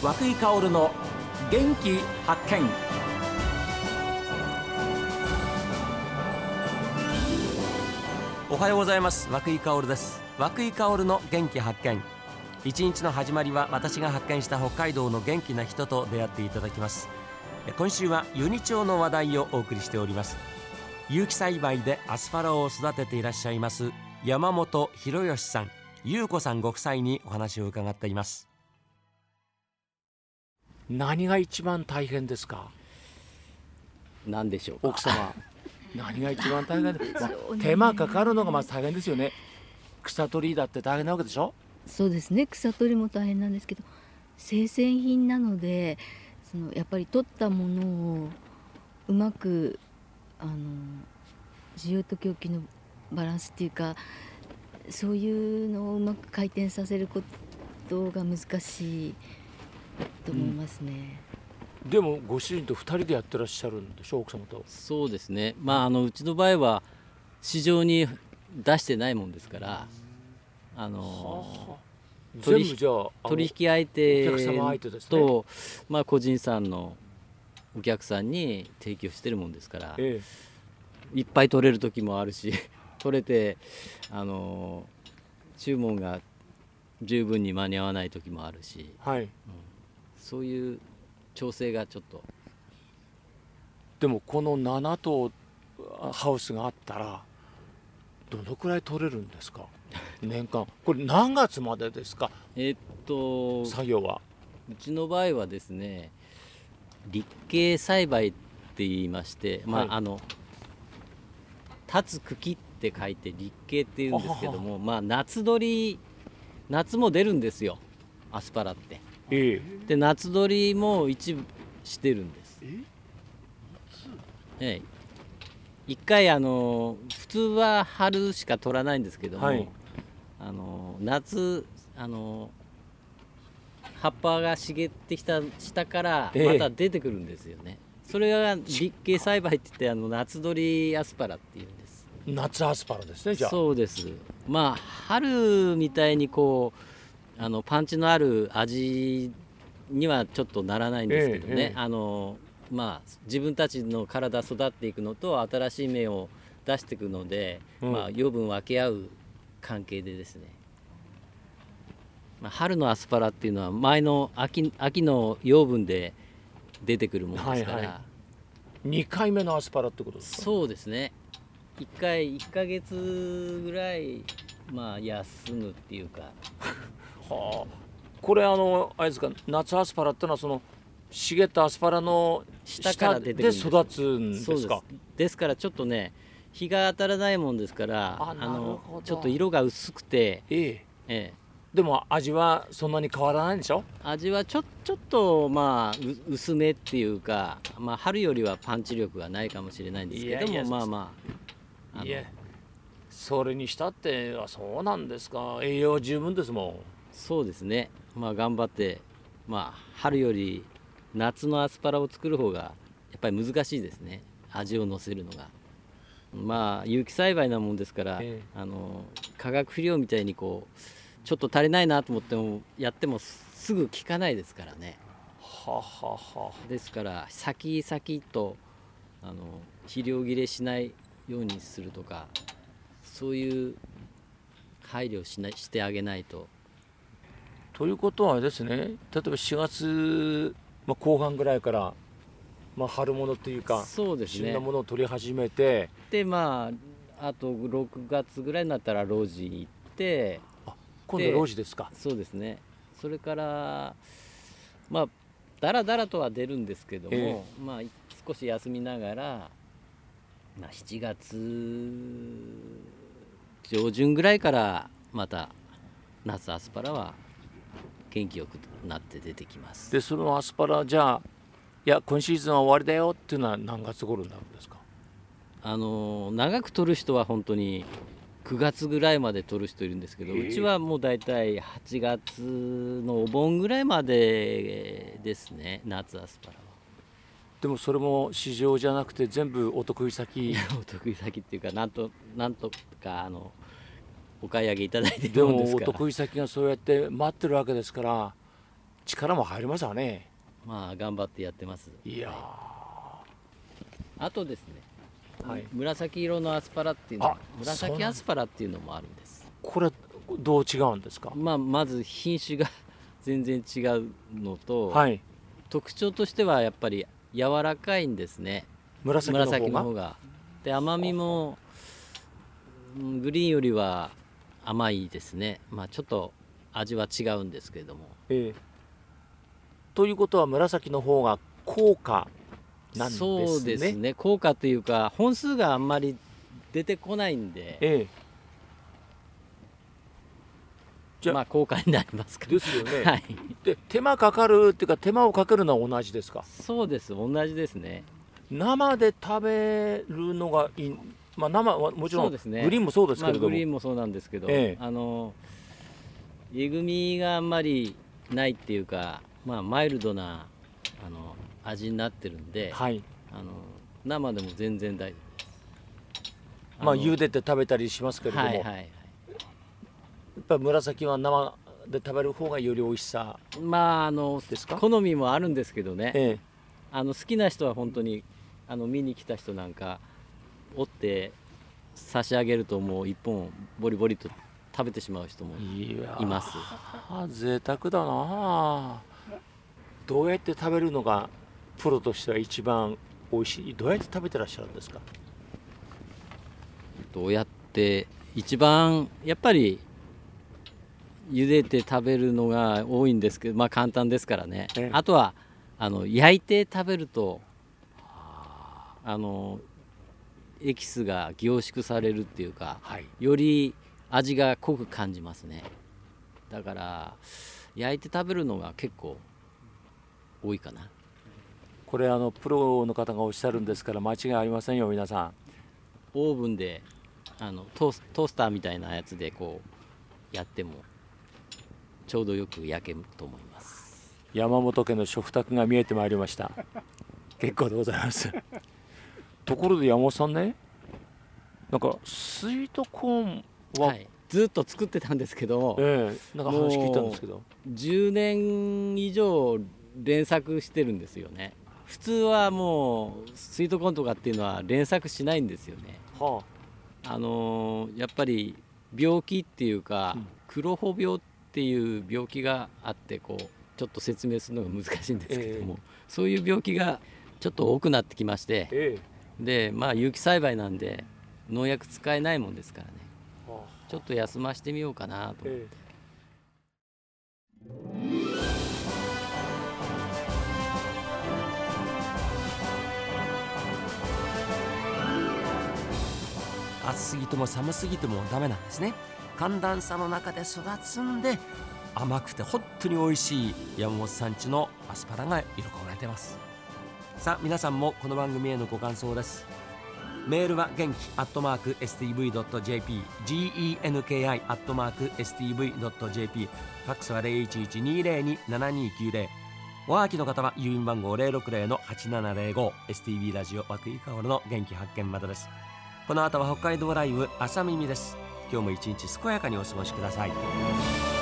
涌井薫の元気発見。おはようございます。涌井薫です。涌井薫の元気発見。一日の始まりは私が発見した北海道の元気な人と出会っていただきます。今週はユニチョウの話題をお送りしております。有機栽培でアスパラを育てていらっしゃいます山本博義さん、優子さんご夫妻にお話を伺っています。何が一番大変ですか？ 何でしょうか、 奥様何が一番大変ですか？手間かかるのがまず大変ですよね。草取りだって大変なわけでしょ？ そうですね、草取りも大変なんですけど、生鮮品なのでやっぱり取ったものをうまく需要と供給のバランスっていうか、そういうのをうまく回転させることが難しいと思いますね。 でもご主人と2人でやってらっしゃるんでしょ、奥様と？ そうですね、うちの場合は市場に出してないもんですから、 全部じゃあ取引相手お客様相手ですね。 と、個人さんのお客さんに提供してるもんですから、いっぱい取れる時もあるし取れて注文が十分に間に合わない時もあるし、そういう調整がちょっと。 でもこの7棟ハウスがあったらどのくらい取れるんですか？年間これ何月までですか？作業は。 うちの場合はですね、立茎栽培って言いまして、立つ茎って書いて立茎って言うんですけども、夏も出るんですよ、アスパラって。で夏取りも一部してるんです。一回普通は春しか取らないんですけども、夏葉っぱが茂ってきた下からまた出てくるんですよね。それが立茎栽培って言って夏取りアスパラっていうんです。 夏アスパラですね、じゃあ。 そうです。春みたいにパンチのある味にはちょっとならないんですけどね、自分たちの体育っていくのと新しい芽を出していくので、養分分け合う関係でですね、春のアスパラっていうのは前の秋の養分で出てくるものですから、 2回目のアスパラってことですか？ そうですね。1ヶ月ぐらい休むっていうかこれあれですか、夏アスパラってのはその茂ったアスパラの下から出てくるんです。 育つんですか？そうです。 ですからちょっとね、日が当たらないもんですから、ちょっと色が薄くて、 でも味はそんなに変わらないんでしょ？味はちょっと薄めっていうか、春よりはパンチ力がないかもしれないんですけども、 それにしたってそうなんですか。栄養十分ですもん。 そうですね。頑張って、春より夏のアスパラを作る方がやっぱり難しいですね、味を乗せるのが。有機栽培なもんですから、化学肥料みたいにちょっと足りないなと思ってもやってもすぐ効かないですからね。ですから先々と肥料切れしないようにするとか、そういう配慮をしてあげないと。 ということはですね、例えば4月、後半ぐらいから、春物というか、 そうですね、 旬なものを取り始めて、 であと6月ぐらいになったら露地行って、 今度露地ですか？ そうですね。それからだらだらとは出るんですけども、少し休みながら、7月上旬ぐらいからまた夏アスパラは元気よくなって出てきます。 でそのアスパラ、じゃあ今シーズンは終わりだよっていうのは何月頃になるんですか？ 長く取る人は本当に9月ぐらいまで取る人いるんですけど、うちはもうだいたい8月のお盆ぐらいまでですね、夏アスパラは。 でもそれも市場じゃなくて全部お得意先お得意先っていうか、なんとかお買い上げいただいてるもんですから。 でもお得意先がそうやって待ってるわけですから、 力も入りますわね。 まあ頑張ってやってます。 いやー、 あとですね、 はい紫色のアスパラっていうのあ紫アスパラっていうのもあるんです。 これどう違うんですか？ まず品種が全然違うのと、 はい、 特徴としてはやっぱり柔らかいんですね。 紫の方が。 紫の方が。で甘みもグリーンよりは甘いですね。まあちょっと味は違うんですけれども。 ということは紫の方が高価なんですね。 そうですね。高価というか本数があんまり出てこないんで、 じゃあまあ高価になりますから。 ですよね。 はい。 で手間かかるっていうか手間をかけるのは同じですか？ そうです。同じですね。 生で食べるのがいい。まあ生はもちろん、 そうですね。 グリーンもそうですけれども、 グリーンもそうなんですけど、 えぐみがあんまりないっていうか、まあマイルドな味になってるんで、 はい、 生でも全然大丈夫です。 まあ茹でて食べたりしますけれども、 はいはいはい。 やっぱり紫は生で食べる方がより美味しさまあですか？ 好みもあるんですけどね。 好きな人は本当に見に来た人なんか折って差し上げるともう一本ボリボリと食べてしまう人もいます。 贅沢だな。どうやって食べるのがプロとしては一番美味しい？どうやって食べてらっしゃるんですか？ どうやって一番やっぱり茹でて食べるのが多いんですけど、まあ簡単ですからね。あとは焼いて食べるとエキスが凝縮されるっていうか、 はい、 より味が濃く感じますね。だから焼いて食べるのが結構多いかな。 これプロの方がおっしゃるんですから間違いありませんよ皆さん。 オーブンでトースターみたいなやつでこうやってもちょうどよく焼けると思います。 山本家の食卓が見えてまいりました。結構でございますところで山本さんね、なんかスイートコーンは、 はい、ずっと作ってたんですけど、 なんか話聞いたんですけど、 10年以上連作してるんですよね。普通はもうスイートコーンとかっていうのは連作しないんですよね。やっぱり病気っていうか、黒穂病っていう病気があってこうちょっと説明するのが難しいんですけども、そういう病気がちょっと多くなってきまして、でまあ有機栽培なんで農薬使えないもんですからね、ちょっと休ませてみようかなと思って。 暑すぎても寒すぎてもダメなんですね。寒暖差の中で育つんで甘くて本当に美味しい山本さん家のアスパラが喜ばれてます。さあ皆さんもこの番組へのご感想です。メールは元気@stv.jp、 genki@stv.jp、 ファックスは 0112027290。 おはがきの方は郵便番号 060-8705、 STV ラジオ和久井薫の元気発見までです。この後は北海道ライブ朝耳です。今日も一日健やかにお過ごしください。